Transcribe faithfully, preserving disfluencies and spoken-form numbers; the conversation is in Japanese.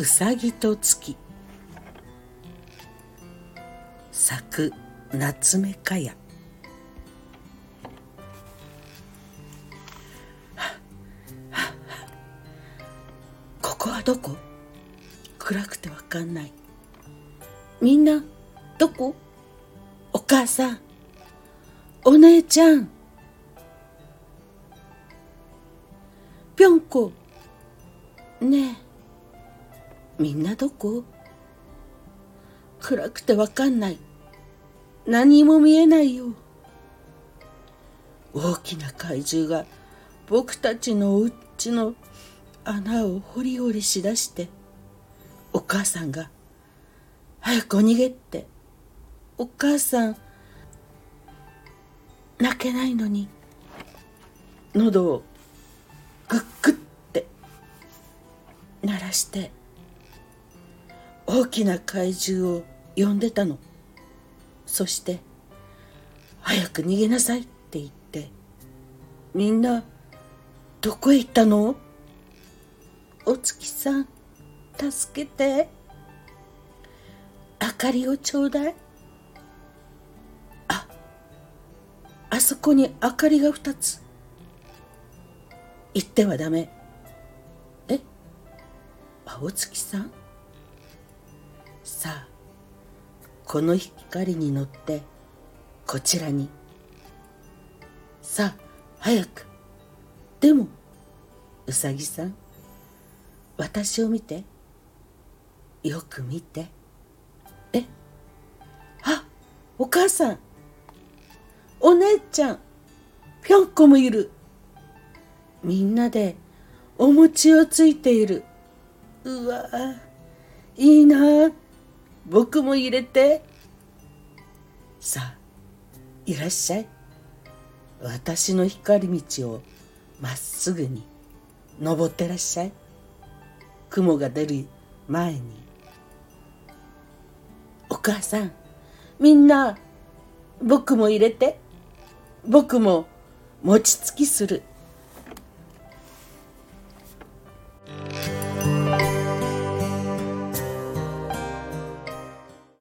うさぎと月。咲く夏目かや。ここはどこ？暗くてわかんない。みんなどこ？お母さん、お姉ちゃん、ぴょんこ、ねえ、みんなどこ？暗くてわかんない。何も見えないよ。大きな怪獣が僕たちのお家の穴を掘り掘りしだして、お母さんが早くお逃げって。お母さん泣けないのに喉をグッグッって鳴らして大きな怪獣を呼んでたの。そして早く逃げなさいって言って、みんなどこへ行ったの？お月さん、助けて。明かりをちょうだい。あ、あそこに明かりが二つ。行ってはダメ。え？あ、お月さん？さあ、この光に乗ってこちらに。さあ、早く。でも、うさぎさん、私を見て。よく見て。え？あ、お母さん、お姉ちゃん、ぴょんこもいる。みんなでお餅をついている。うわぁ、いいなぁ。僕も入れて。さあ、いらっしゃい。私の光道をまっすぐに登ってらっしゃい。雲が出る前に。お母さん、みんな僕も入れて。僕も餅つきする。